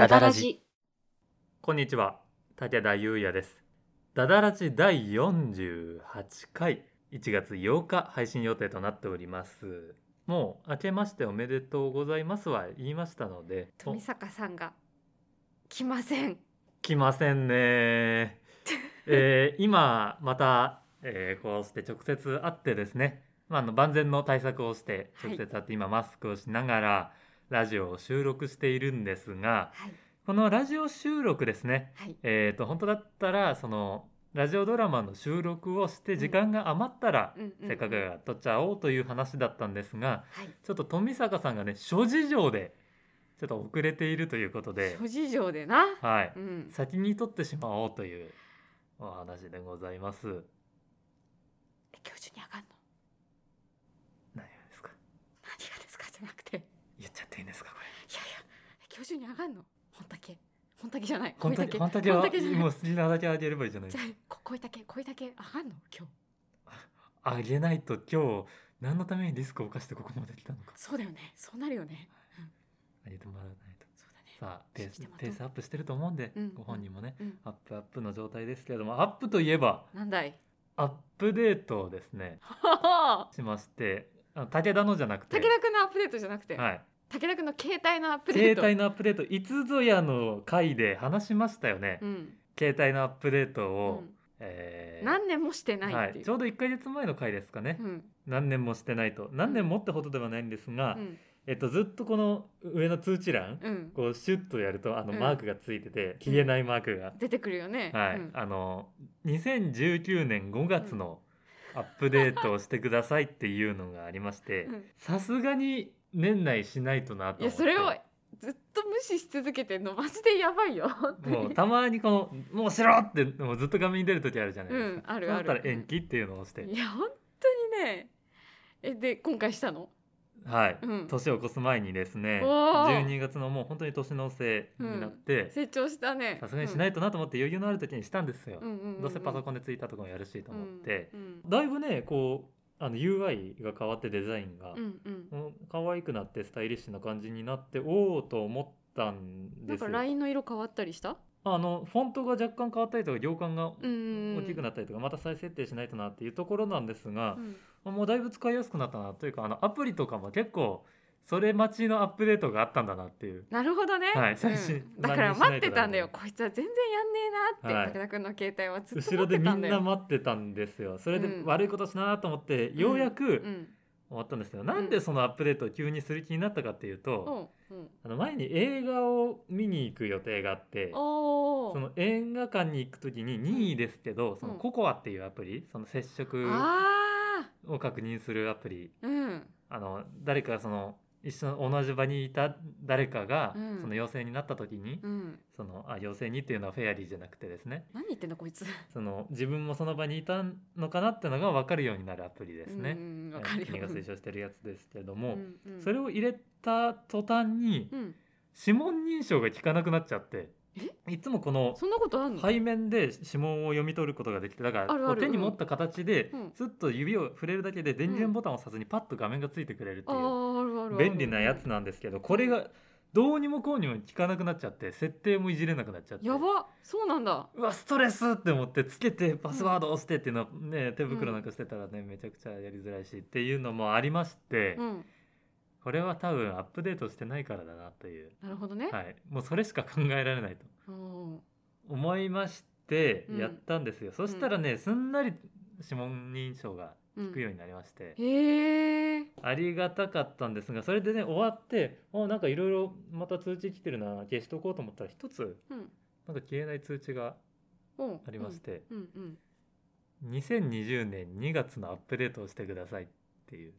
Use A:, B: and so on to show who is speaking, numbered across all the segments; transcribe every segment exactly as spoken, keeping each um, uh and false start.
A: ダダラジ。
B: こんにちは、武田裕也です。ダダラジだいよんじゅうはちかい、いちがつようか配信予定となっております。もう明けましておめでとうございますは言いましたので、
A: 富坂さんが来ません。
B: 来ませんね、えー、今また、えー、こうして直接会ってですね、まあ、あの万全の対策をして直接会って、今マスクをしながらラジオを収録しているんですが、
A: はい
B: このラジオ収録ですね、
A: はい
B: えーと本当だったらそのラジオドラマの収録をして時間が余ったら、
A: うんうんうん
B: せっかくだから撮っちゃおうという話だったんですが、
A: はい。
B: ちょっと富坂さんがね諸事情でちょっと遅れているということで、
A: 諸事情でな。
B: はい、
A: うん。
B: 先に撮ってしまおうというお話でございます。
A: え今日中に上がんの？
B: 何がですか？
A: 何がですかじゃなくて。い
B: 言っちゃっていいんですかこれ？
A: やいや、え今日中に上がんの？本竹。本竹じゃない。
B: 本当に本当に
A: 本竹じゃない。
B: もう好きなだけあげればいいじゃないですか。
A: じゃあこ恋竹恋竹上がんの今日？
B: あげないと今日何のためにリスクを冒してここまで来たのか。
A: そうだよね。そうなるよね。うん。
B: あげてもらわないと。
A: そうだね。
B: さあペース
A: 信じてもらおう
B: ペースアップしてると思うんで、
A: うん
B: ご本人もね、
A: うん。
B: アップアップの状態ですけれども、アップといえば
A: なんだい。
B: アップデートをですねしまして、あの武田のじゃなくて、
A: 武田くんのアップデートじゃなくて、
B: はい、
A: 武田くんの携帯のアップデート。
B: 携帯のアップデート、いつぞやの回で話しましたよね、
A: うん。
B: 携帯のアップデート
A: う
B: を、
A: ん。
B: えー
A: 何年もしてない
B: は
A: っていう。
B: い、ちょうどいっかげつまえの回ですかね、
A: うん。
B: 何年もしてないと、何年もってほどではないんですが、
A: うん。
B: えっと、ずっとこの上の通知欄、
A: うん。
B: こうシュッとやるとあの
A: うん
B: マークがついてて、消えないマークが、
A: 出てくるよね。
B: はい、
A: うん。
B: あのにせんじゅうきゅうねんごがつのアップデートをしてくださいっていうのがありまして
A: うん、
B: さすがに年内しないとなと思って、
A: いやそれをずっと無視し続けてるのマジでやばいよ。本当に
B: もうたまにこの「もうしろ!」ってもうずっと画面に出る時あるじゃないですか、
A: うんあるある
B: そうだったら延期っていうのを押して、
A: いや本当にね。えで今回したの？
B: はい、
A: うん
B: 年を越す前にですね、
A: おー
B: じゅうにがつのもう本当に年の瀬になって、
A: 成長したね。
B: さすがにしないとなと思って余裕のある時にしたんですよ、
A: うんうんうんうん
B: どうせパソコンでツイッターとかもやるしと思って、
A: うんうん
B: だいぶねこうあの ユーアイ が変わってデザインが、
A: うんうん
B: うん可愛くなってスタイリッシュな感じになっておおと思ったん
A: なんか
B: ですよ。
A: ラインの色変わったりした？
B: あのフォントが若干変わったりとか行間が
A: うんうんうん
B: 大きくなったりとか、また再設定しないとなっていうところなんですが
A: う、ん
B: もうだいぶ使いやすくなったなというか、あのアプリとかも結構それ待ちのアップデートがあったんだなっていう。
A: なるほどね。
B: はい最新
A: うんだから待ってたんだよ。
B: 何
A: こいつは全然やんねえなって、
B: はい
A: 武田くんの携帯はずっと
B: 後ろでみん
A: 待ってたんだよ。
B: な待ってたんですよ。それで
A: うん
B: 悪いことしなと思って、ようやく
A: うん
B: 終わったんですよ。なんでそのアップデートを急にする気になったかっていうと、
A: うんうん
B: あの前に映画を見に行く予定があって、
A: おー
B: その映画館に行く時に任意ですけど、その
A: うん
B: ココアっていうアプリ、その接触
A: あ
B: を確認するアプリ、
A: ーうん
B: あの誰かその一緒の同じ場にいた誰かが
A: うん
B: その陽性になった時に、
A: うん
B: そのあ陽性にっていうのはフェアリーじゃなくてですね、
A: 何言ってんだこいつ。
B: その自分もその場にいたのかなっていうのが分かるようになるアプリですね。
A: うんうんわ
B: え
A: かるよ。
B: 国が推奨してるやつですけども、
A: うんうん
B: それを入れた途端に
A: うん
B: 指紋認証が効かなくなっちゃって、いつもこの
A: そんなことあんの？
B: 背面で指紋を読み取ることができて、だから
A: あるある
B: こう手に持った形で
A: うん
B: スッと指を触れるだけで電源ボタンを押さずにパッと画面がついてくれるって
A: あ
B: いう
A: ーあるあるある
B: 便利なやつなんですけど、これがどうにもこうにも効かなくなっちゃって、設定もいじれなくなっちゃって、
A: やばそうなんだ。
B: うわストレスって思ってつけてパスワード押してっていうのはね、手袋なんかしてたらねめちゃくちゃやりづらいしっていうのもありまして、
A: うん
B: これは多分アップデートしてないからだなという、
A: なるほどね。
B: はい、もうそれしか考えられないと
A: うん
B: 思いまして
A: うん
B: やったんですよ、そしたらねすんなり指紋認証が
A: うん
B: 効くようになりまして、
A: へえ。
B: ありがたかったんですが、それでね終わってあなんかいろいろまた通知来てるな消しとこうと思ったら一つ
A: うん
B: なんか消えない通知が
A: うん
B: ありまして、
A: うんうん
B: にせんにじゅうねんにがつのアップデートをしてくださいっていう、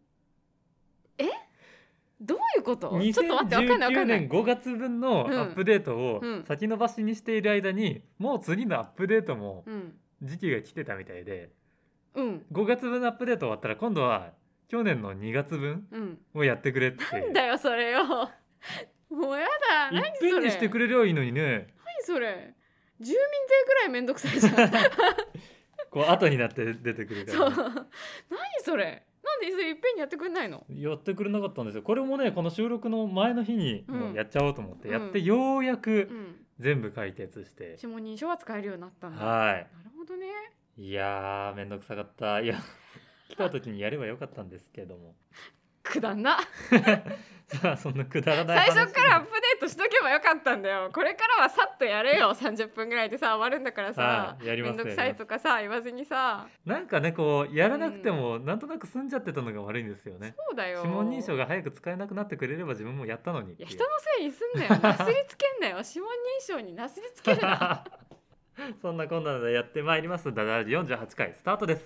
A: どういうこと？ちょっと待ってわかんないわ
B: 2019
A: かんない
B: 年。ごがつぶんのア
A: うん
B: ップデートを
A: うん
B: 先延ばしにしている間に、もう次のアップデートも
A: うん
B: 時期が来てたみたいで、
A: うん
B: ごがつぶんのアップデート終わったら今度は去年のにがつぶん
A: うん。
B: をやってくれって
A: なんだよそれよ。もうやだ。
B: いっ
A: 何それ。
B: ぺんにしてくれりゃいいのにね、
A: 何それ。住民税ぐらいめんどくさいじゃん。
B: こう後になって出てくるから
A: そう。
B: ね、
A: 何それ。ななんでそれいっぺんにやってくれないの？
B: やってくれなかったんですよ。これもねこの収録の前の日に
A: うん
B: もうやっちゃおうと思ってやって、
A: うん
B: ようや
A: う
B: く
A: ん
B: 全部解決して、
A: 指紋認証は使えるようになったんだ。
B: は
A: なるほどね。
B: い。いやーめんどくさかった。いや来た時にやればよかったんですけども
A: くだんな。
B: さあそんなくだらない話
A: 最初からアップデートしとけばよかったんだよ。これからはさっとやれよ。さんじゅっぷんぐらいでさ終わるんだからさ、
B: はいやります
A: めんどくさいとかさ言わずにさ。
B: なんかねこうやらなくてもなんとなく済んじゃってたのが悪いんですよね。
A: そうだよ。
B: 指紋認証が早く使えなくなってくれれば自分もやったのにっていう。
A: いや人のせいにすんなよ。なすりつけんなよ。指紋認証になすりつけるな。
B: そんなこんなのでやってまいります。ダダラジよんじゅうはちかいスタートです。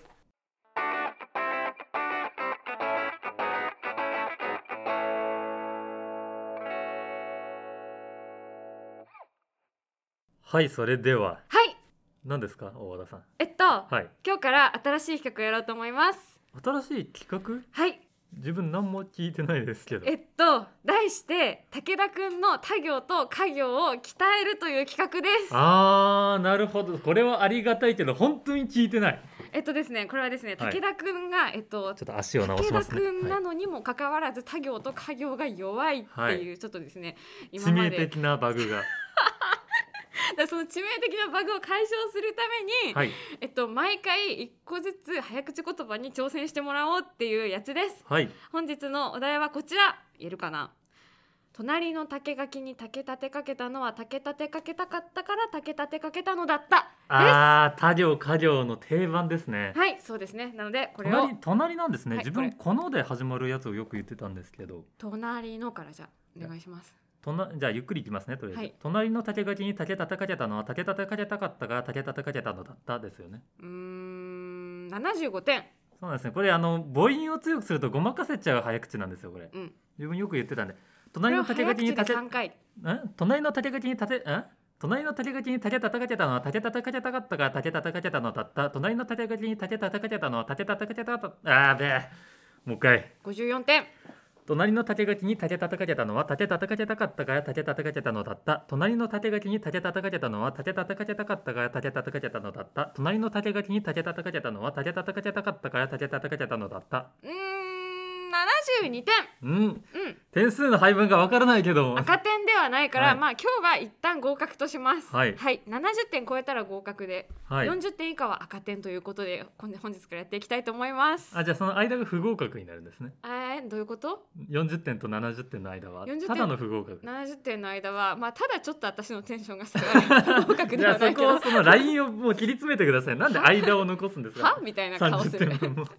B: はい、それでは
A: はい。
B: 何ですか大和田さん。
A: えっと、
B: はい。
A: 今日から新しい企画やろうと思います。
B: 新しい企画？
A: はい。
B: 自分何も聞いてないですけど。
A: えっと題して武田くんの他行と家行を鍛えるという企画です。
B: あーなるほど。これはありがたいけど本当に聞いてない。
A: えっとですねこれはですね
B: はい
A: 武田くんが、えっと
B: ちょっと足を直し
A: 武田
B: ますね。
A: くんな
B: はい
A: のにもかかわらず他行と家行が弱いっていうちょっとですね、今
B: 致命
A: まで
B: 的なバグが。
A: だからその致命的なバグを解消するために、
B: はい
A: えっと、毎回いっこずつ早口言葉に挑戦してもらおうっていうやつです。
B: はい。
A: 本日のお題はこちら。言えるかな。隣の竹垣に竹立てかけたのは竹立てかけたかったから竹立てかけたのだったです。
B: あー他行家行の定番ですね。
A: はいそうですね。なのでこれを
B: 隣隣なんですね。
A: はい
B: 自分
A: これ
B: こので始まるやつをよく言ってたんですけど。
A: 隣のからじゃあお願いします。
B: となじゃあゆっくりいきますねとりあえず、
A: はい
B: 隣の竹垣に竹立てかけたのは竹立てかけたかったから竹立てかけたのだったですよね。
A: うーんななじゅうごてん。
B: そうなんですね。これあの母音を強くするとごまかせちゃう早口なんですよこれ。
A: うん
B: 自分よく言ってたんで。
A: これを
B: 隣の竹
A: 早口で
B: 垣に竹
A: さんかい。
B: ん隣の竹垣に竹ん隣の竹垣に竹立てかけたのは竹立てかけたかったから竹立てかけたのだった。隣の竹垣に竹立てかけたのは竹立てかけたかったあーべえもう一回。
A: ごじゅうよんてん。
B: 隣の竹垣に竹立てかけたのは竹立てかけたかったから竹立てかけたのだった。隣の竹垣に竹立てかけたのは竹立てかけたかったから竹立てかけたのだった。隣の竹垣に竹立てかけたのは竹立てかけたかったから竹立てかけたのだった。
A: うーんななじゅうにてん。
B: うん
A: うん
B: 点数の配分がわからないけど
A: 赤点ではないから、
B: はい
A: まあ今日は一旦合格とします。
B: はい
A: ななじゅってん超えたら合格で、
B: はい
A: よんじゅってん以下は赤点ということで本本日からやっていきたいと思います。
B: あじゃあその間が不合格になるんですね。
A: えー、どういうこと？
B: よんじゅってんとななじゅってんの間は
A: よんじゅってん
B: ただの不合格。
A: ななじゅってんの間はまあただちょっと私のテンションが下がる合格
B: じ
A: で
B: ゃあそこ
A: はないけど
B: をそのラインをもう切り詰めてください。なんで間を残すんですか
A: はみたいな顔する
B: さんじゅってん分も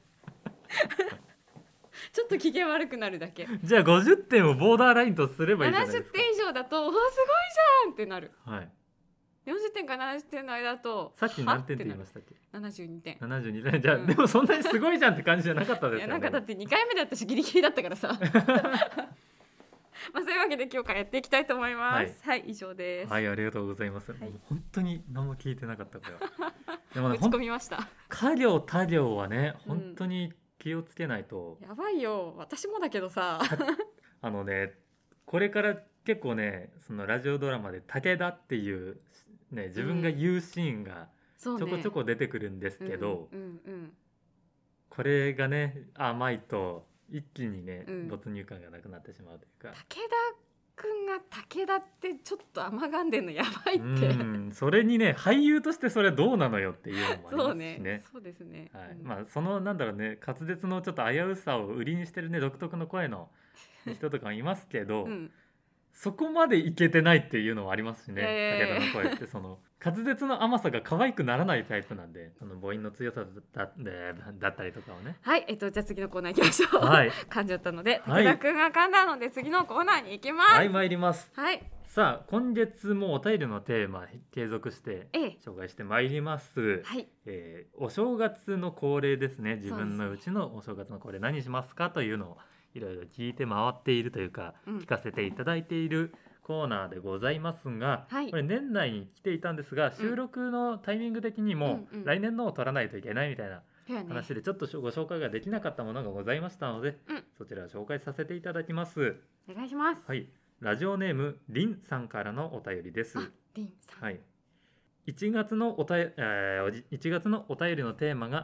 A: ちょっと機嫌悪くなるだけ。
B: じゃあごじゅってんをボーダーラインとすればいいじゃない
A: 70
B: ですか。
A: 点以上だとおーすごいじゃんってなる。
B: はい。
A: よんじゅってんからななじゅってんの間だと
B: さっき何点って言いま
A: し
B: したっけ？
A: た？ななじゅうにてん。
B: ななじゅうにてん。じゃあ、
A: うん
B: でもそんなにすごいじゃんって感じじゃなかったですよね。
A: いやなんかだってにかいめだったしギリギリだったからさまあそういうわけで今日からやっていきたいと思いますはい、以上です、
B: はい、ありがとうございます。
A: い
B: もう本当に何も聞いてなかったこれは。でもね、
A: 打ち
B: ほん
A: 込みました。
B: 家業他業はね、
A: うん
B: 本当に気をつけないと、
A: やばいよ私もだけどさ
B: あのね、これから結構ね、そのラジオドラマで武田っていうね、自分が言うシーンが
A: そうね
B: ちょこちょこ出てくるんですけど、
A: うんうんうん
B: これがね甘いと一気にね、
A: うん
B: 没入感がなくなってしまうというか、
A: 武田くんが武田ってちょっと甘がんでんのやばいって
B: うんそれにね俳優としてそれどうなのよっていうのもありますし
A: そう
B: ね。
A: ねそうですね、
B: はい
A: うん
B: まあそのなんだろうね、滑舌のちょっと危うさを売りにしてるね独特の声の人とかもいますけど、
A: うん
B: そこまでいけてないっていうのもありますしね。
A: いやいやいや
B: 武田の声ってその滑舌の甘さが可愛くならないタイプなんで、その母音の強さだったでだったりとかをね。
A: はいえっとじゃあ次のコーナー行きましょう、
B: はい
A: 噛んじゃったので
B: はい
A: 武田くんが噛んだので次のコーナーに行きます
B: はい参ります。
A: はい、
B: さあ今月もお便りのテーマ継続して
A: ええ
B: 紹介してまいります。
A: はい
B: えーお正月の恒例ですね。自分の
A: そうです
B: うちのお正月の恒例何しますかというのをいろいろ聞いて回っているというか、
A: うん
B: 聞かせていただいているコーナーでございますが、
A: はい
B: これ年内に来ていたんですが、収録のタイミング的にも
A: うんうん
B: 来年のを取らないといけないみたいな
A: そうやね
B: 話でちょっとご紹介ができなかったものがございましたので、
A: うん
B: そちらを紹介させていただきます。
A: お願いします、
B: はい、ラジオネームりんさんからのお便りです。
A: ありんさん、
B: はい、いちがつのおたええーおじいちがつのお便りのテーマが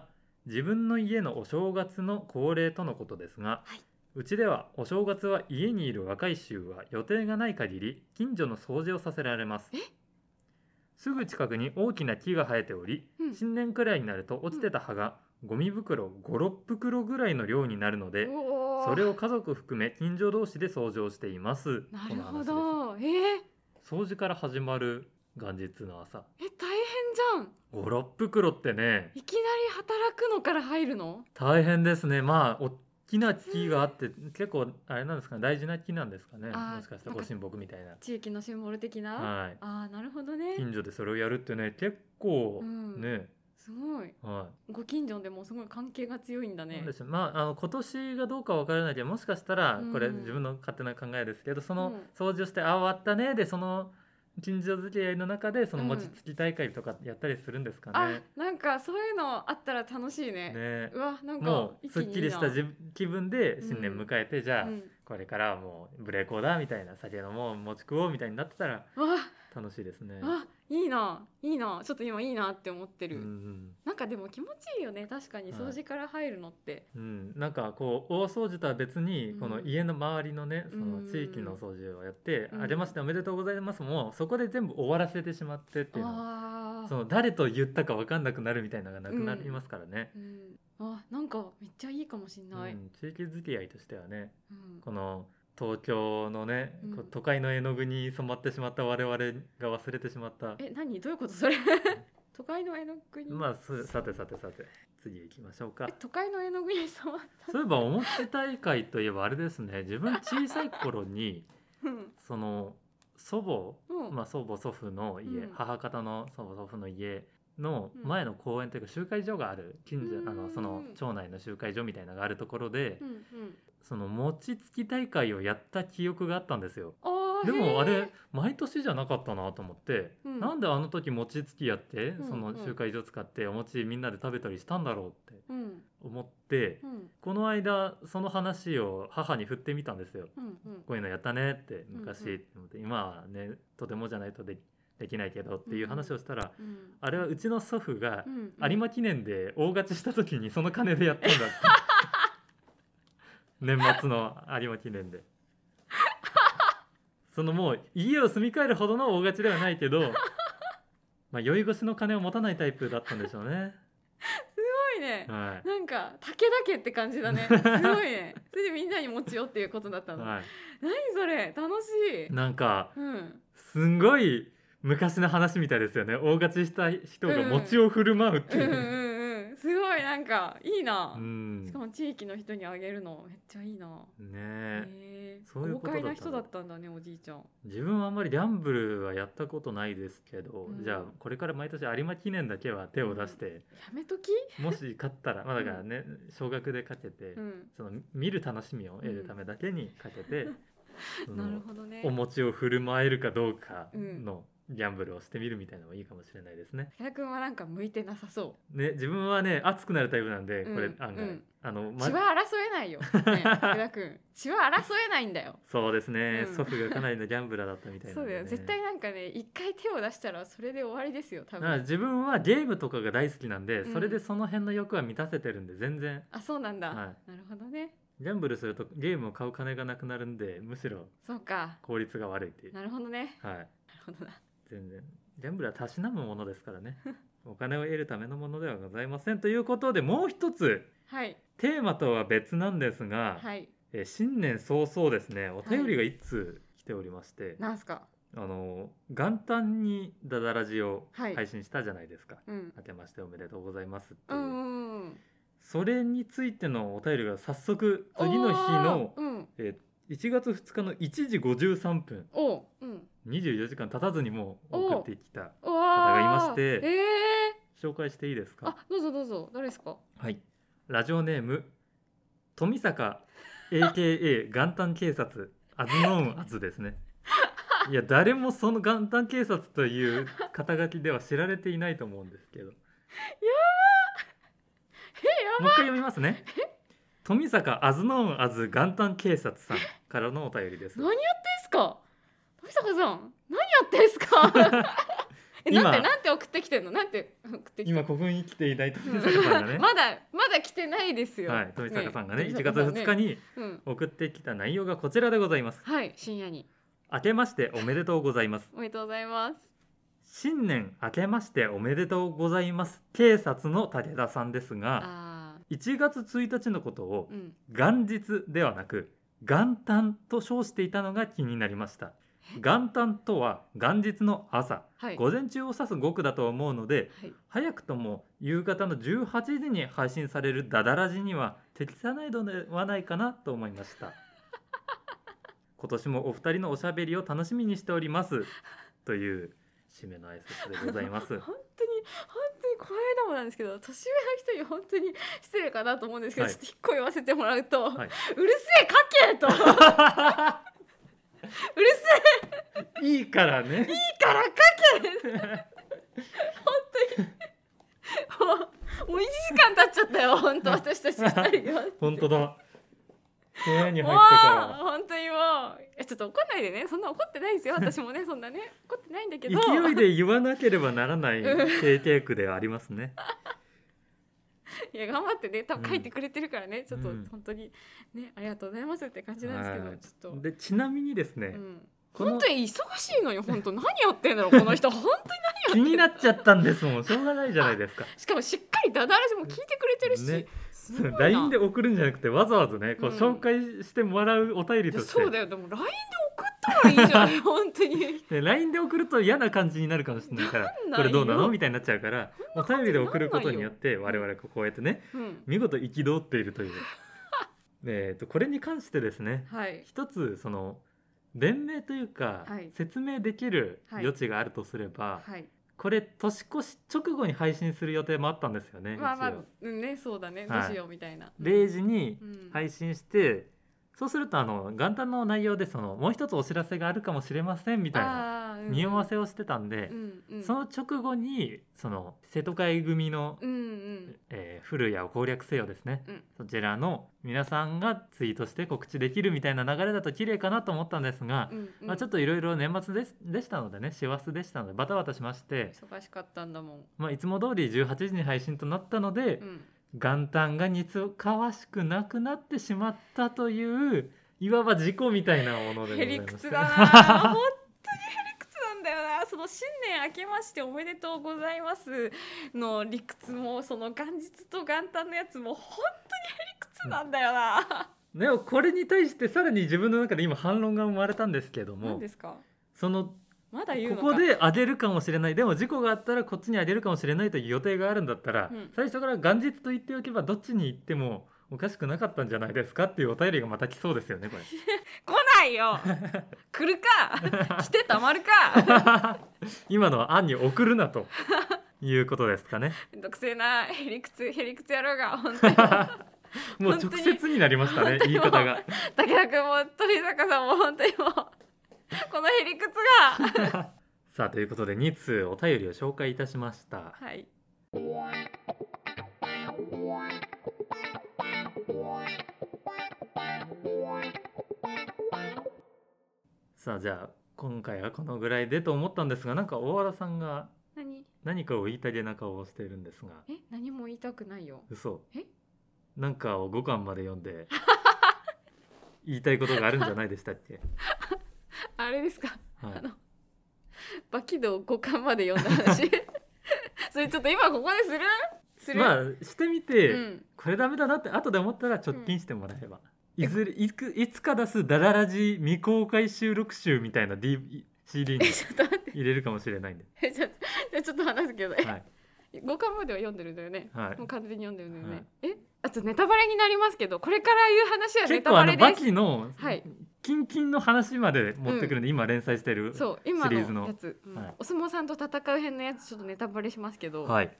B: 自分の家のお正月の恒例とのことですが、
A: はい、
B: うちではお正月は家にいる若い衆は予定がない限り近所の掃除をさせられます。
A: え
B: すぐ近くに大きな木が生えており、
A: うん
B: 新年くらいになると落ちてた葉がゴミ袋ご、ろっ袋ぐらいの量になるので、
A: おー
B: それを家族含め近所同士で掃除をしています。
A: なるほ
B: この話です。
A: ど。えー、
B: 掃除から始まる元日の朝、
A: え大変じゃん。
B: ご、ろっ袋ってね、
A: いきなり働くのから入るの？
B: 大変ですね。まあ大きな木があって結構あれなんですかね、大事な木なんですかね。
A: あー
B: もしかしたらご神木みたいな。
A: 地域のシンボル的な、
B: はい。
A: ああなるほどね。
B: 近所でそれをやるってね、結構
A: うん
B: ね、
A: すごい。
B: は
A: ご近所でもすごい関係が強いんだ
B: い。
A: ね。
B: なんでしょう、まああの今年がどうかわからないけど、もしかしたらこれ
A: うん
B: 自分の勝手な考えですけど、その
A: うん
B: 掃除をして、あ終わったねでその近所付き合いの中でその
A: うん
B: 餅つき大会とかやったりするんですか
A: あ
B: ね。
A: なんかそういうのあったら楽しいね。
B: ね。
A: うわなんか
B: もう
A: 一
B: すっきりした
A: 気にいいな
B: 自気分で新年迎えて、じゃあ、
A: うん
B: これからはもうブレーコーだみたいな、酒飲もう餅食おうみたいになってたら
A: わ
B: 楽しいですね。
A: あいいないいなちょっと今いいなって思って
B: うん
A: る、
B: うん
A: なんかでも気持ちいいよね確かに
B: はい
A: 掃除から入るのって、
B: うん、なんかこう大掃除とは別に
A: うん
B: この家の周りのね、その
A: うん
B: 地域の掃除をやって、
A: うん
B: あけましておめでとうございますもうそこで全部終わらせてしまってっていうの、
A: あ
B: その誰と言ったか分かんなくなるみたいなのがなくなりますからね。
A: うん、あなんかめっちゃいいかもしん
B: うん
A: ない、
B: 地域付き合いとしてはね、
A: うん
B: この東京のね、
A: うん
B: こう都会の絵の具に染まってしまった我々が忘れてしまった
A: え何どういうことそれ都会の絵の具に、
B: まあすさてさてさて次行きましょうか
A: え。都会の絵の具に染まった
B: そういえばお餅大会といえばあれですね、自分小さい頃に
A: うん
B: その祖母、
A: うん
B: まあ、祖母祖父の家、
A: うん
B: 母方の祖母祖父の家の
A: うん
B: 前の公園というか集会所がある近所、
A: うん
B: あのその町内の集会所みたいなのがあるところで、
A: うんうん
B: その餅つき大会をやった記憶があったんですよ。
A: あー
B: でもあ
A: へー
B: れ毎年じゃなかったなと思って、
A: うん
B: なんであの時餅つきやって、
A: うん
B: その集会所使ってお餅みんなで食べたりしたんだろうって
A: うん
B: 思って、
A: うん
B: この間その話を母に振ってみたんですよ。
A: うんうん
B: こういうのやったねって昔
A: うんうん
B: って思って、今はねとてもじゃないとでできないけどっていう話をしたら、
A: うん
B: あれはうちの祖父が
A: うん
B: 有馬記念で大勝ちした時にその金でやったんだって年末の有馬記念でそのもう家を住み替えるほどの大勝ちではないけどまあ酔い越しの金を持たないタイプだったんでしょうね。
A: すごいね、
B: はい
A: なんか竹だけって感じだねすごいねそれでみんなに持ちよっていうことだったの、
B: はい、
A: 何それ楽しい
B: なんか
A: うん
B: すんごい昔の話みたいですよね。大勝ちした人が餅を振る舞うっていう、
A: うんうんうんすごいなんかいいな、
B: うん
A: しかも地域の人にあげるのめっちゃいいな
B: ねえ、
A: へえ
B: そういうことだったんだ
A: 豪快な人だったんだねおじいちゃん
B: 自分はあんまりギャンブルはやったことないですけど、
A: うん
B: じゃあこれから毎年有馬記念だけは手を出して、
A: やめとき
B: もし勝ったらまあだからね、少額でかけて、
A: うん
B: その見る楽しみを得るためだけにかけて、その
A: なるほどね
B: お餅を振る舞えるかどうかのギャンブルをしてみるみたいなのもいいかもしれないですね。
A: 武田君はなんか向いてなさそ
B: ね、自分はね熱くなるタイプなんで、
A: うん
B: これ案外、
A: うん
B: あの、
A: う
B: ま
A: 血は争えないよ、ね、武田君血は争えないんだよ
B: そうですね、
A: うん
B: 祖父がかなりのギャンブラーだったみたいな
A: そ
B: んで、ね、
A: うだよ絶対なんかね一回手を出したらそれで終わりですよ多
B: だから
A: 分
B: 自分はゲームとかが大好きなんで、
A: うん
B: それでその辺の欲は満たせてるんで全然
A: あそうなんだ、
B: は
A: なるほどね
B: ギャンブルするとゲームを買う金がなくなるんでむしろ
A: そうか
B: 効率が悪いっていう、
A: なるほどね
B: はい、
A: なるほどな
B: 全然ギャンブルはたしなむものですからねお金を得るためのものではございません。ということでもう一つ
A: はい
B: テーマとは別なんですが、
A: はい
B: え新年早々ですねお便りが一通来ておりまして、
A: なんすか
B: あの元旦にダダラジを
A: はい
B: 配信したじゃないですか、
A: うん
B: 明けましておめでとうございますっていう、
A: うんうんうん
B: それについてのお便りが早速次の日の
A: おーうん
B: えーいちがつふつかのいちじごじゅうさんぷん
A: おううん
B: にじゅうよじかん経たずにもう送ってきた
A: おが
B: がいまして
A: えー、
B: 紹介していいですか。
A: あどうぞどうぞ誰ですか
B: はい、ラジオネーム富坂 エーケーエー 元旦警察アズノーンアズですね。いや誰もその元旦警察という肩書きでは知られていないと思うんですけど、もう一回読みますね。富坂アズノーンアズ元旦警察さんからのお便りです。
A: 何やってんすか富坂さん何やってんすかえ
B: 今
A: なんてなんて送ってきてんのなんて送ってきてんの
B: 今ここに来ていない富坂さんがね
A: まだまだ来てないですよ、
B: はい、富坂さんがね
A: ね
B: いちがつふつかに
A: うん、
B: 送ってきた内容がこちらでございます。
A: はい深夜に
B: 明けましておめでとうございます。
A: おめでとうございます。
B: 新年明けましておめでとうございます警察の武田さんですが、
A: あ
B: いちがつついたちのことを
A: ー、うん、
B: 元日ではなく元旦と称していたのが気になりました。元旦とは元日の朝、
A: はい
B: 午前中を指す語句だと思うので、
A: はい、
B: 早くとも夕方のじゅうはちじに配信されるダダラジには適さないのではないかなと思いました今年もお二人のおしゃべりを楽しみにしておりますという締めの挨拶でございます
A: 本当に本当にこの間もなんですけど、年上の人に本当に失礼かなと思うんですけど、
B: はい
A: ちょっと一個言わせてもらうと、
B: はいう
A: るせえ書けとうるせ
B: いいからね
A: えいいから書け本当にもうもういちじかん経っちゃったよ本当私たちふたりは
B: 本当だ部屋に入
A: もう
B: ってか
A: 本当にもうえちょっと怒んないでね、そんな怒ってないですよ私もねそんなね怒ってないんだけど
B: ら勢いで言わなければならない定型句ではありますね
A: いや頑張ってね多分書いてくれてるからね、
B: うん
A: ちょっと
B: うん
A: 本当にねありがとうございますって感じなんですけど、
B: はい
A: ちょっと、
B: でちなみにですね、
A: うん、
B: この
A: 本当に忙しいのよ本当何やってんだろうこの人本当に
B: 気になっちゃったんですもんしょうがないじゃないですか
A: しかもしっかりダダラジも聞いてくれてるし、
B: ね
A: すごいな
B: ライン で送るんじゃなくてわざわざねこう
A: うん
B: 紹介してもらうお便り
A: いや
B: として、
A: そうだよでも ライン で送ったらいいじゃない本当に
B: で ライン で送ると嫌な感じになるかもしれないから
A: なんないよ
B: これどうなのみたいになっちゃうからお
A: そんな感じ
B: 便りで送ることによって
A: なんないよ
B: 我々こうやってね
A: うん
B: 見事憤っているというえーとこれに関してですね
A: はい
B: 一つその弁明というか、
A: はい
B: 説明できる
A: はい
B: 余地があるとすれば、
A: はい
B: これ年越し直後に配信する予定もあったんですよね。
A: まあまあ
B: 一応
A: うんねそうだね、
B: はい
A: どうしようみたいな
B: れいじに
A: うん
B: 配信して、そうするとあの元旦の内容でそのもう一つお知らせがあるかもしれませんみたいな
A: あーうん
B: 匂わせをしてたんで、
A: うんうん
B: その直後にその生徒会組の、
A: うんうん
B: えー古谷を攻略せよですね、
A: うん
B: そちらの皆さんがツイートして告知できるみたいな流れだと綺麗かなと思ったんですが、
A: うんうん
B: まあ、ちょっといろいろ年末ですでしたのでね師走でしたのでバタバタしまして、
A: 忙しかったんだもん、
B: まあ、いつも通りじゅうはちじに配信となったので、
A: うん、
B: 元旦が似つかわしくなくなってしまったといういわば事故みたいなものでござ
A: へ
B: います
A: りくつだな本当にへりくつなんだよなその新年明けましておめでとうございますの理屈もその元日と元旦のやつも本当にへりくつなんだよな、
B: でもこれに対してさらに自分の中で今反論が生まれたんですけども、
A: 何ですか
B: その
A: まだ言うのか
B: ここで上げるかもしれない、でも事故があったらこっちに上げるかもしれないという予定があるんだったら、
A: うん
B: 最初から元日と言っておけばどっちに行ってもおかしくなかったんじゃないですかっていうお便りがまた来そうですよねこれ
A: 来ないよ来るか来てたまるか
B: 今のは案に送るなということですかね
A: めんどくせえなへりくつへりくつやろうが本当に
B: もう直接になりましたね
A: 本当に
B: 言い方が
A: 武田君も富坂さんも本当にもうこのへりくつが
B: さあということでに通お便りを紹介いたしました。
A: はい
B: さあじゃあ今回はこのぐらいでと思ったんですが、なんか大原さんが
A: 何
B: 何かを言いたげな顔をしているんですが、
A: え何も言いたくないよ
B: 嘘
A: え
B: なんかをごかんまで読んで言いたいことがあるんじゃないでしたっけ
A: あれですか、
B: はい
A: あのバキドごかんまで読んだ話それちょっと今ここでするする
B: まあしてみて、
A: うん
B: これダメだなって後で思ったら直近してもらえば、いずれいくいつか出すダララジ未公開収録集みたいな ディーシーディー に
A: えちょっと待って
B: 入れるかもしれないんで
A: えちょじゃあちょっと話すけど、え
B: はい
A: ごかんまでは読んでるんだよね、
B: はい
A: もう完全に読んでるんだよね、
B: はい
A: えあとネタバレになりますけどこれから言う話はネ
B: 結構あ
A: タバレです
B: のバキの
A: はい
B: キンキンの話まで持ってくるんで、今連載してる
A: そう今
B: シリーズの
A: のやつ、うん
B: はい
A: お相撲さんと戦う編のやつちょっとネタバレしますけど、
B: はい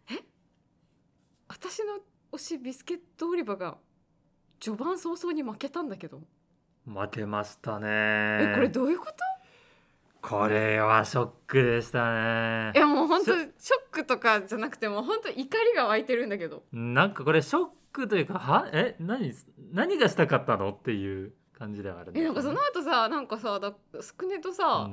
A: 私の推しビスケット売り場が序盤早々に負けたんだけど、
B: 負けましたね。
A: えこれどういうこと？
B: これはショックでしたね
A: い。やもう本当
B: し
A: ショックとかじゃなくてもう本当怒りが湧いてるんだけど、
B: なんかこれショックというかはえ何何がしたかったのっていう感じではあるんですよね。
A: えなんかその後さなんかさだスクネとさ、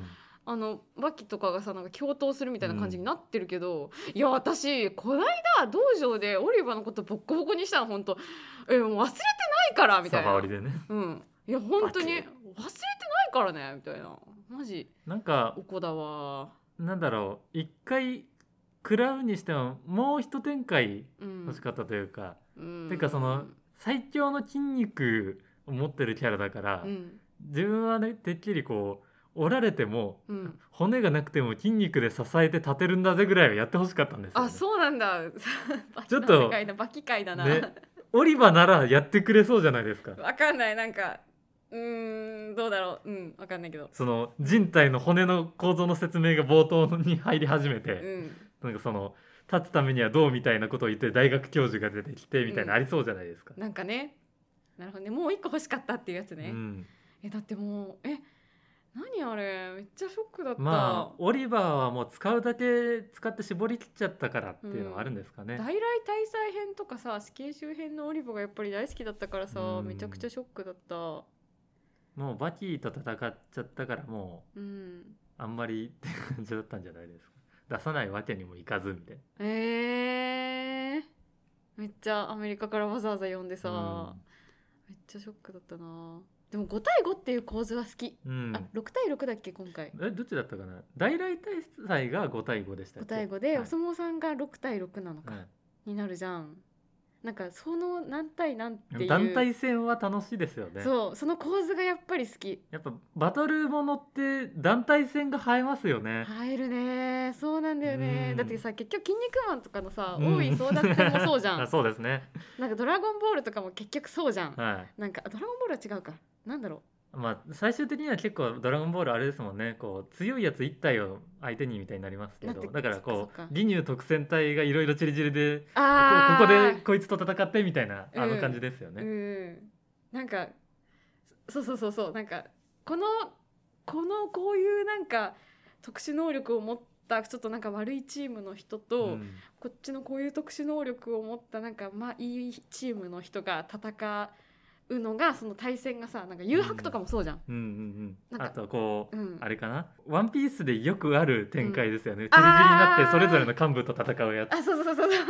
A: あのバキとかがさなんか共闘するみたいな感じになってるけど、うん、いや私こないだ道場でオリバのことボッコボコにしたの本当えもう忘れてないからみたいな。
B: サバオリでね、
A: うん、いや本当に忘れてないからねみたいな。マジ
B: なんか
A: おこだわ。
B: なんだろう一回食らうにしてももう一展開欲しかったというか、うん、ていうかその最強の筋肉を持ってるキャラだから、うん、自分はねてっきりこう折られても、うん、骨がなくても筋肉で支えて立てるんだぜぐらいはやってほしかったんですよ、ね、
A: あそうなんだ
B: ちょっと
A: バキ界だな、
B: ね、オリバならやってくれそうじゃないですか。
A: わかんないなんかうーんどうだろううんわかんないけど
B: その人体の骨の構造の説明が冒頭に入り始めて、うん、なんかその立つためにはどうみたいなことを言って大学教授が出てきてみたいなありそうじゃないですか、
A: うん、なんかねなるほどねもう一個欲しかったっていうやつね、うん、えだってもうえ何あれめっちゃショックだった。
B: まあオリバーはもう使うだけ使って絞り切っちゃったからっていうのはあるんですかね、
A: うん、大来大祭編とかさ死刑囚編のオリバーがやっぱり大好きだったからさ、うん、めちゃくちゃショックだった。も
B: うバキーと戦っちゃったからもう、うん、あんまりって感じだったんじゃないですか。出さないわけにもいかずみたいな。
A: えー、めっちゃアメリカからわざわざ呼んでさ、うん、めっちゃショックだったな。でもご対ごっていう構図は好き、うん、あろく対ろくだっけ今回。
B: えどっちだったかな。大来大祭がご対ごでしたっけ。
A: ご対ごで、はい、お相撲さんがろく対ろくなのか、はい、になるじゃん。なんかその何対何っていう
B: 団体戦は楽しいですよね。
A: そうその構図がやっぱり好き。
B: やっぱバトルものって団体戦が映えますよね。
A: 映えるね。そうなんだよね。だってさ結局筋肉マンとかのさ大井争奪戦もそうじゃん
B: あそうですね。
A: なんかドラゴンボールとかも結局そうじゃん、
B: はい、
A: なんかドラゴンボールは違うかなんだろ
B: う。まあ最終的には結構ドラゴンボールあれですもんね。こう強いやついち体を相手にみたいになりますけど、だからこう義乳特戦隊がいろいろチリチリでこ, ここでこいつと戦ってみたいなあの感じですよね、
A: うんうん、なんかそうそうそうそうなんかこのこのこういうなんか特殊能力を持ったちょっとなんか悪いチームの人と、うん、こっちのこういう特殊能力を持ったなんかまあいいチームの人が戦うのがその対戦がさなんか誘白とかもそうじゃん、うんうんうん、
B: あとこう、うん、あれかなワンピースでよくある展開ですよね、うん、チリチリになってそれぞれの幹部と戦うやつ。
A: あそうそうそうそうそう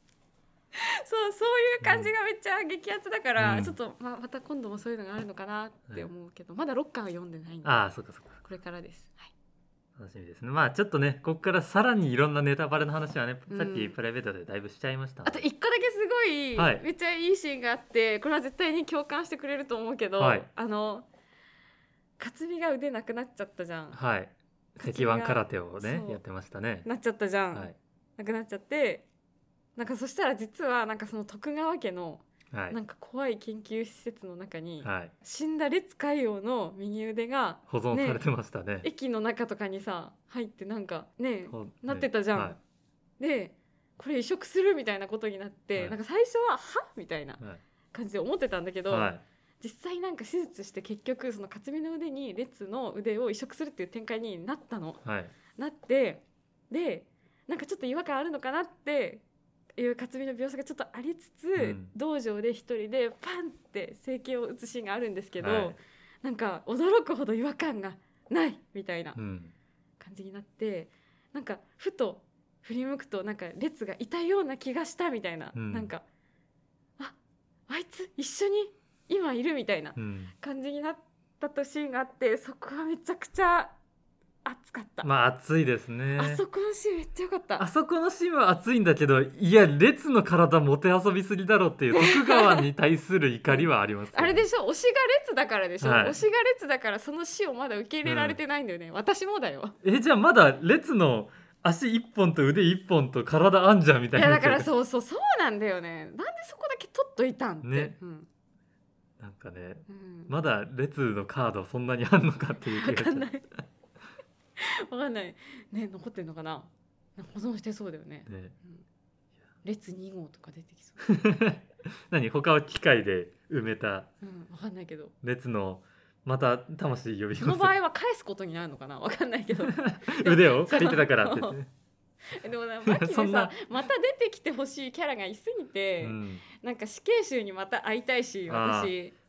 A: そういう感じがめっちゃ激アツだから、うん、ちょっと ま, また今度もそういうのがあるのかなって思うけど、はい、まだロッカーは読んでないんで。
B: あそうかそうか
A: これからです、はい、
B: 楽しみですね。まあちょっとねここからさらにいろんなネタバレの話はね、うん、さっきプライベートでだいぶしちゃいました。
A: あといっこだけすごい、はい、めっちゃいいシーンがあってこれは絶対に共感してくれると思うけど、はい、あの克実が腕なくなっちゃったじゃん。
B: はい石腕空手をねやってましたね。
A: なっちゃったじゃん、はい、なくなっちゃってなんかそしたら実はなんかその徳川家のなんか怖い研究施設の中に、はい、死んだ烈海王の右腕が、ね、
B: 保存されてましたね。
A: 駅の中とかにさ入ってなんかねなってたじゃん、はい、でこれ移植するみたいなことになって、はい、なんか最初ははみたいな感じで思ってたんだけど、はい、実際なんか手術して結局その克実の腕に烈の腕を移植するっていう展開になったの、はい、なってでなんかちょっと違和感あるのかなっていう克実の描写がちょっとありつつ、うん、道場で一人でパンって整形を打つシーンがあるんですけど、はい、なんか驚くほど違和感がないみたいな感じになって、うん、なんかふと振り向くとなんか烈がいたような気がしたみたいな、うん、なんかああいつ一緒に今いるみたいな感じになったとシーンがあってそこはめちゃくちゃ熱かった。
B: まあ熱いですね。
A: あそこのシーンめっちゃ良かった。
B: あそこのシーンは熱いんだけどいや烈の体もてあそびすぎだろっていう徳川に対する怒りはあります、ね、
A: あれでしょ推しが烈だからでしょ、はい、推しが烈だからその死をまだ受け入れられてないんだよね、うん、私もだよ。
B: えじゃあまだ烈の足一本と腕一本と体あんじゃんみたいな。
A: いやだからそうそうそうなんだよね。なんでそこだけ取っといたんって、ねうん、
B: なんかね、うん、まだ烈のカードそんなにあんのかっていう気が
A: 分かんないわかんないね残ってんのかな保存してそうだよね。ね、うん、烈に号とか出てきそう
B: 何他を機械で埋めた、
A: うん、わかんないけど
B: 烈のまた魂呼び
A: その場合は返すことになるのかなわかんないけど
B: 腕を借りてたからって言って
A: でもなマキでさまた出てきてほしいキャラがいすぎて、うん、なんか死刑囚にまた会いたいし私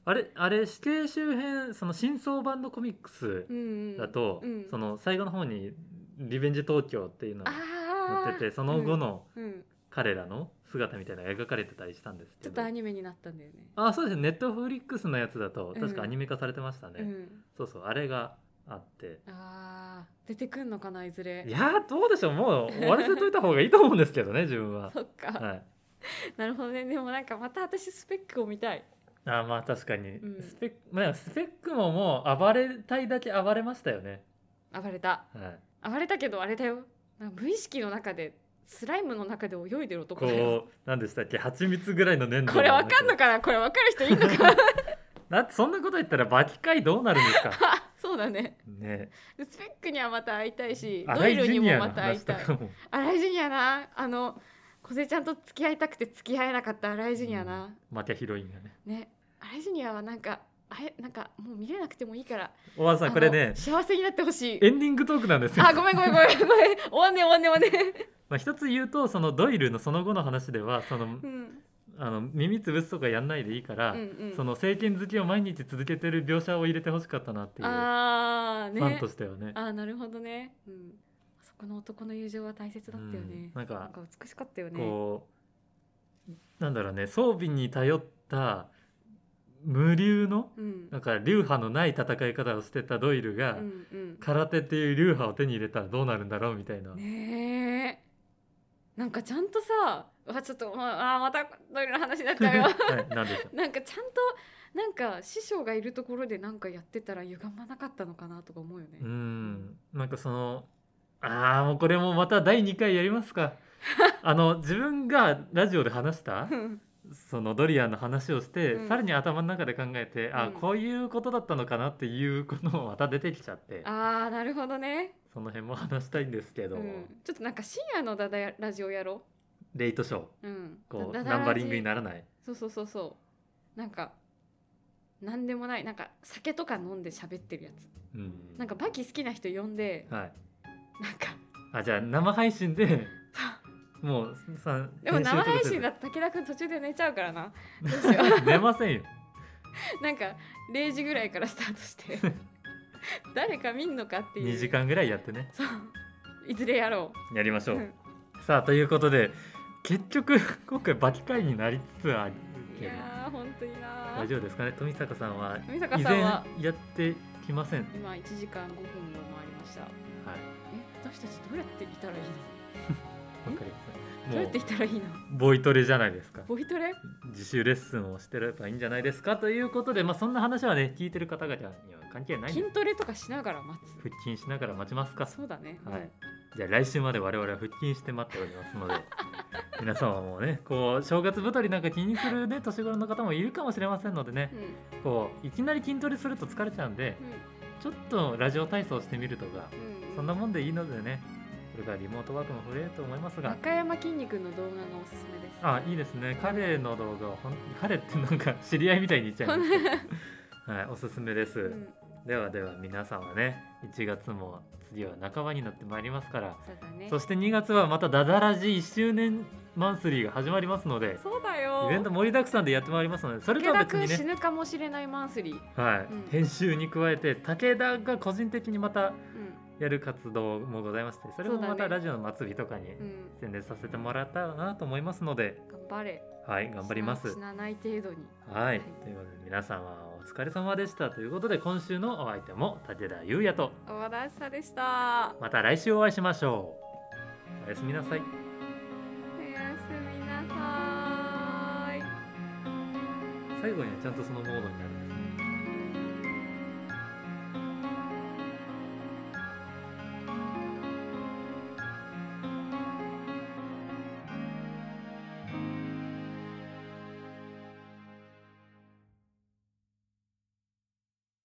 B: あれあれ死刑囚編その真相版のコミックス
A: うんうん
B: だと、
A: うん
B: その最後の方にリベンジ東京っていうのが
A: あ
B: 載ってて、その後の
A: うんうん
B: 彼らの姿みたいなのが描かれてたりしたんですけど、
A: ちょっとアニメになったんだよね。
B: あそうですね、ネットフリックスのやつだと
A: うん
B: 確かアニメ化されてましたね、
A: うん、
B: そうそうあれがあって、
A: あー出てくんのかないずれ。
B: いやーどうでしょう、もう終わらせといた方がいいと思うんですけどね自分は
A: そっか、
B: はい
A: なるほどね。でもなんかまた私スペックを見たい。
B: あーまあ確かに、
A: うん
B: スペックまあスペックももう暴れたいだけ暴れましたよね、
A: 暴れた
B: はい、
A: 暴れたけどあれだよ、なんか無意識の中でスライムの中で泳いでる男だよ。
B: こう何でしたっけ、蜂蜜ぐらいの粘土
A: これわかんのかな、これわかる人いるのかな
B: だってそんなこと言ったらバキ界どうなるんですか
A: そうだね。
B: ね、
A: スペックにはまた会いたいし、ド
B: 荒井
A: イルにも
B: ジュニアの
A: また会いたい。
B: 話とかも
A: 荒井ジュニアな、あの小瀬ちゃんと付き合いたくて付き合えなかった荒井ジュニアな、
B: マキャヒロインがね。
A: ね、荒井ジュニアはなんかあれなんかもう見れなくてもいいから
B: おばあさんこれね
A: あの幸せになってほしい。
B: エンディングトークなんですよ。
A: あ、ごめんごめんごめんごめん、終わんね終わんね終わんね。
B: まあ一つ言うとそのドイルのその後の話ではその、
A: うん
B: あの耳つぶすとかやんないでいいから、
A: うんうん、
B: その政権好きを毎日続けてる描写を入れてほしかったなっていうフ
A: あーね、
B: ァンとしてはね。
A: あーなるほどね、うん、そこの男の友情は大切だったよね、
B: うんなんか
A: 美しかったよね。
B: こうなんだろうね、装備に頼った無流の
A: うん
B: なんか流派のない戦い方をしてたドイルが、
A: うんうん
B: 空手っていう流派を手に入れたらどうなるんだろうみたいな、
A: ねえ、なんかちゃんとさ、あちょっとまあまたドイルの話になっちゃうよ
B: はい、なんでしょう。
A: なんかちゃんとなんか師匠がいるところでなんかやってたら歪まなかったのかなとか思うよね。
B: うんなんかそのああもうこれもまただいにかいやりますかあの自分がラジオで話した
A: うん
B: そのドリアンの話をして、
A: うん
B: さらに頭の中で考えて、あ
A: うん
B: こういうことだったのかなっていうこともまた出てきちゃって
A: あーなるほどね、
B: その辺も話したいんですけど、
A: うん、ちょっとなんか深夜のダダラジオやろ
B: レイトショー
A: う、うん、
B: こう
A: ダダラジ
B: ナンバリングにならない、
A: そうそうそうそうなんかなんでもないなんか酒とか飲んで喋ってるやつ、
B: うん、
A: なんかバキ好きな人呼んで
B: はい、
A: なんか
B: あじゃあ生配信でもうさ
A: でも生配信
B: だ
A: だと武田くん途中で寝ちゃうからなどうしよう
B: 寝ませんよ
A: なんかれいじぐらいからスタートして誰か見んのかっていう
B: にじかんぐらいやってね
A: そういずれやろ
B: やりましょう、
A: うん
B: さあということで結局今回バキ会になりつつある
A: うい
B: けど
A: やー本当にな
B: 大丈夫ですかね。富坂さんは
A: 富坂
B: 依然
A: さんは
B: やってきません。
A: 今いちじかんごふんを回りました。
B: はい、
A: え私たちどうやっていたらいいの
B: わかります。
A: どうやっていたらいいの
B: ボイトレじゃないですか。
A: ボイトレ
B: 自習レッスンをしてればいいんじゃないですかということで、まあそんな話はね聞いてる方々には関係ないんで
A: 筋トレとかしながら待つ
B: 腹筋しながら待ちますか。
A: そうだね、
B: はい。じゃあ来週まで我々は腹筋して待っておりますので皆様もねこう正月太りなんか気にするね年頃の方もいるかもしれませんのでね
A: うん
B: こういきなり筋トレすると疲れちゃうんでちょっとラジオ体操してみるとか
A: うんうん
B: そんなもんでいいのでねこれからリモートワークも増えると思いますが
A: 中山きんに君の動画がおすすめです。
B: あいいですね彼の動画はほん彼ってなんか知り合いみたいに言っちゃいますけどはいおすすめです、
A: うん
B: ではでは皆さんはねいちがつも次は半ばになってまいりますから
A: そうだね
B: そしてにがつはまたダダラジいっしゅうねんマンスリーが始まりますので
A: そうだよ
B: イベント盛りだくさんでやってまいりますのでそれと
A: 武田君
B: は別にね
A: 死ぬかもしれないマンスリー、
B: はい
A: うん
B: 編集に加えて武田が個人的にまた
A: うん
B: やる活動もございましてそれもま
A: そうだね
B: たラジオの末尾とかに
A: うん、
B: 宣伝させてもらったらなと思いますので
A: 頑張れ
B: はい頑張ります
A: 死なない程度に
B: はい、
A: はい
B: ということで皆さんはお疲れ様でしたということで今週のお相手も武田優也と
A: 和田さでした
B: また来週お会いしましょうおやすみなさい
A: おやすみなさい
B: 最後にはちゃんとそのモードになるんです